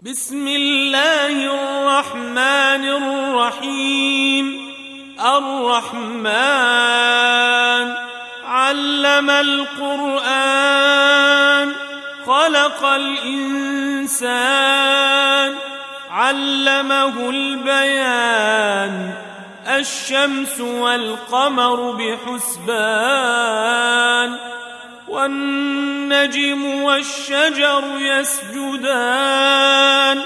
بسم الله الرحمن الرحيم. الرحمن علم القرآن، خلق الإنسان، علمه البيان. الشمس والقمر بحسبان، والنجم والشجر يسجدان.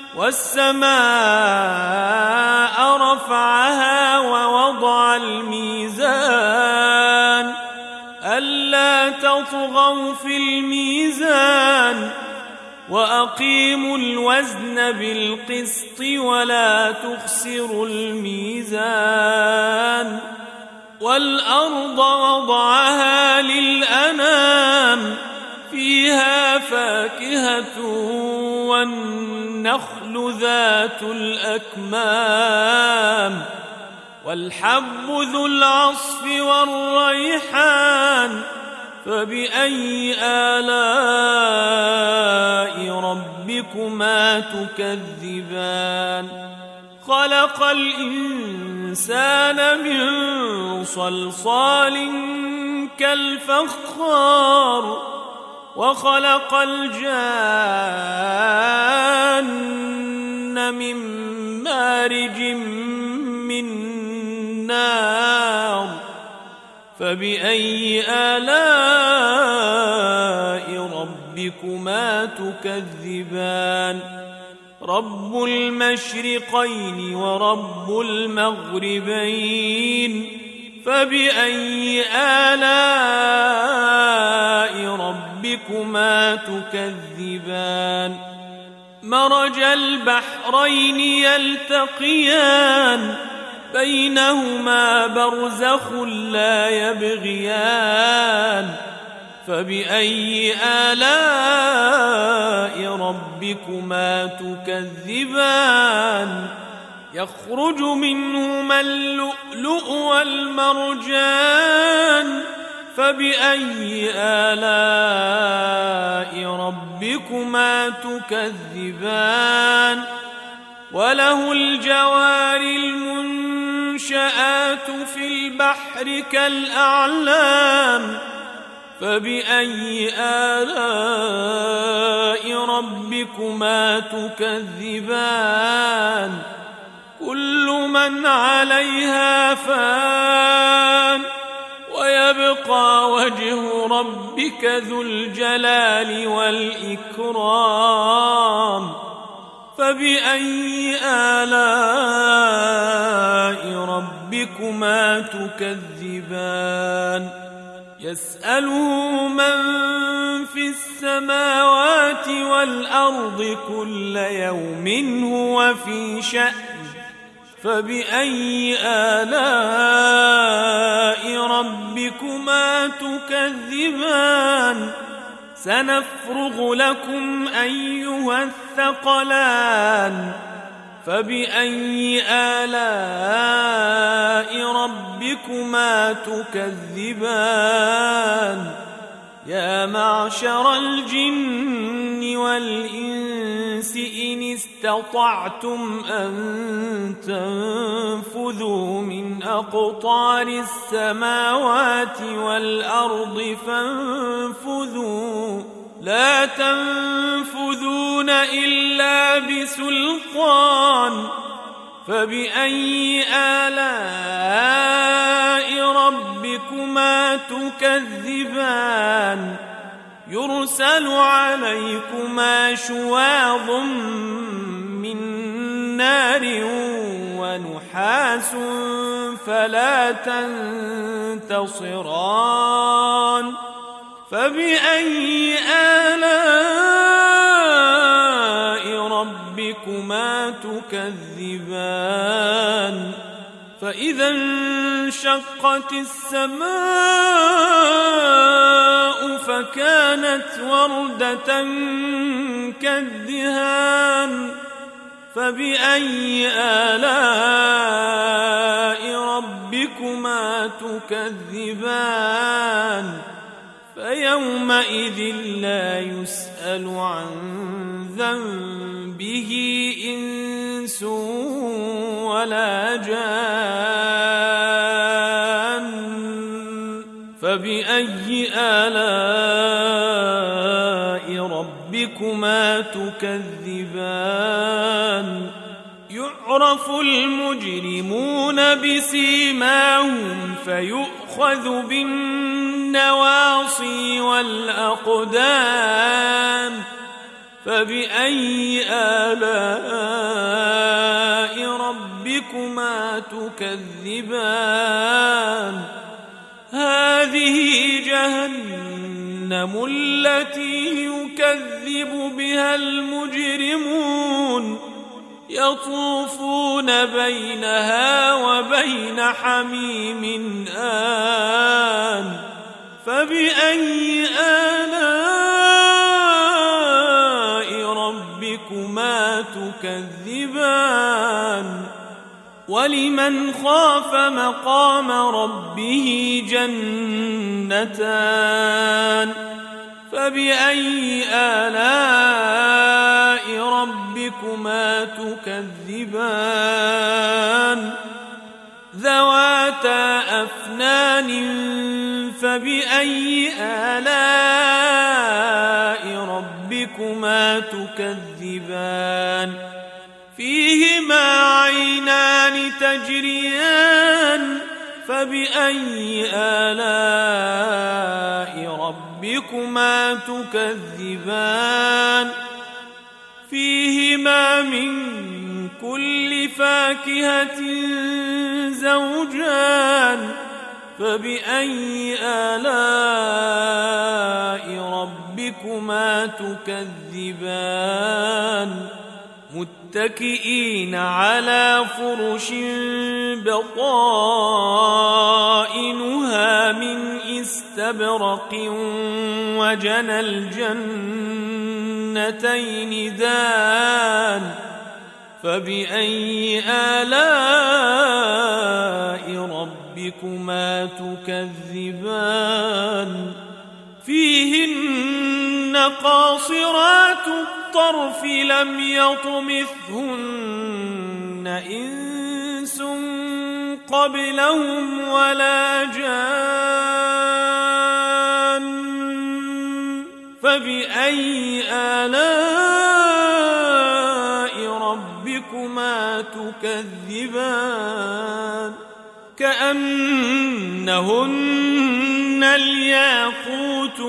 والسماء رفعها ووضع الميزان، ألا تطغوا في الميزان، وأقيموا الوزن بالقسط ولا تخسروا الميزان. والأرض وضعها للأنام، فيها فاكهة والنخل ذات الأكمام، والحب ذو العصف والريحان. فبأي آلاء ربكما تكذبان؟ خلق الإنسان من صلصال كالفخار، وخلق الجان من مارج من نار. فبأي آلاء ربكما تكذبان؟ رب المشرقين ورب المغربين. فبأي آلاء ربكما تكذبان؟ مرج البحرين يلتقيان، بينهما برزخ لا يبغيان. فبأي آلاء ربكما تكذبان؟ يخرج منهما اللؤلؤ والمرجان. فبأي آلاء ربكما تكذبان؟ وله الجوار المنشآت في البحر كالأعلام. فبأي آلاء ربكما تكذبان؟ كل من عليها فان، ويبقى وجه ربك ذو الجلال والإكرام. فبأي آلاء ربكما تكذبان؟ يسأله من في السماوات والأرض كل يوم هو في شأن. فبأي آلاء ربكما تكذبان؟ سنفرغ لكم أيها الثقلان. فبأي آلاء ربكما تكذبان؟ يا معشر الجن والإنس إن استطعتم أن تنفذوا من أقطار السماوات والأرض فانفذوا، لا تنفذون إلا بسلطان. فبأي آلاء ربكما تكذبان؟ يرسل عليكما شواظ من نار ونحاس فلا تنتصران. فبأي آلاء ربكما تكذبان؟ فإذا انشقت السماء فكانت وردة كالدهان. فبأي آلاء ربكما تكذبان؟ فيومئذ لا يسأل يسأل عن ذنبه إنس ولا جان فبأي آلاء ربكما تكذبان يعرف المجرمون بسيماهم فيؤخذ بالنواصي والأقدام فبأي آلاء ربكما تكذبان هذه جهنم التي يكذب بها المجرمون يطوفون بينها وبين حميم آن فبأي آلاء ربكما تكذبان ولمن خاف مقام ربه جنتان فبأي آلاء ربكما تكذبان ذواتا أفنان فبأي آلاء ربكما تكذبان فيهما عينان تجريان فبأي آلاء ربكما تكذبان فيهما من كل فاكهة زوجان فبأي آلاء ربكما تكذبان متكئين على فرش بطائنها من استبرق وجنى الجنتين دان فبأي آلاء ربكما تكذبان فيهن قاصرات الطرف لم يطمثهن إنس قبلهم ولا جان فبأي آلاء ربكما تكذبان كأنهن الياقوت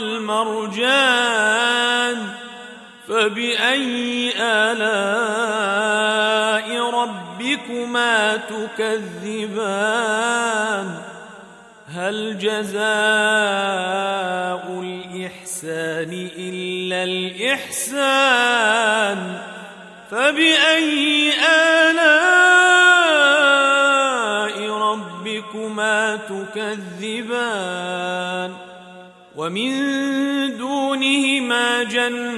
والمرجان فبأي آلاء ربكما تكذبان هل جزاء الإحسان إلا الإحسان فبأي آلاء ربكما تكذبان ومن دونهما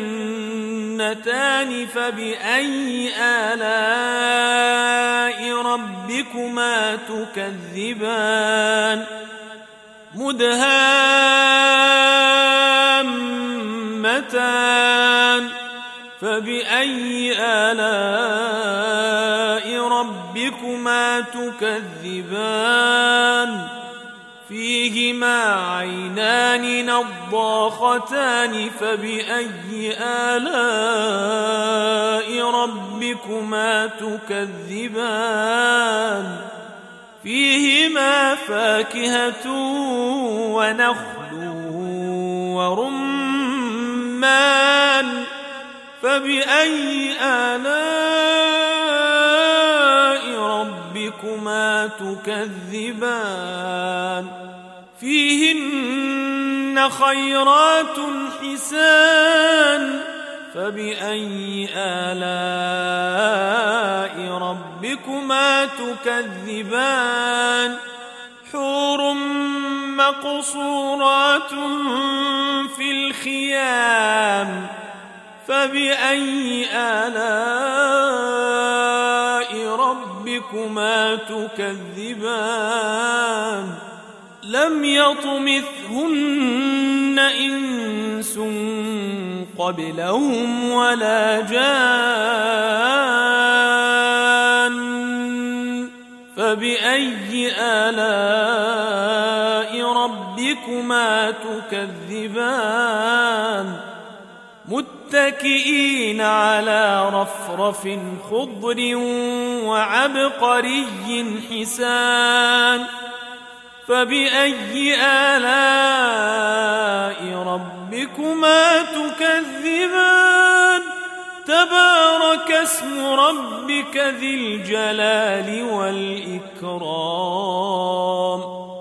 جنتان فبأي آلاء ربكما تكذبان مدهامتان فبأي آلاء ربكما تكذبان فيهما عينان نضاختان فبأي آلاء ربكما تكذبان فيهما فاكهة ونخل ورمان فبأي آلاء ربكما تكذبان فيهن خيرات حسان فبأي آلاء ربكما تكذبان حور مقصورات في الخيام فبأي آلاء ربكما تكذبان لم يطمثهن إنس قبلهم ولا جان فبأي آلاء ربكما تكذبان متكئين على رفرف خضر وعبقري حسان فبأي آلاء ربكما تكذبان تبارك اسم ربك ذي الجلال والإكرام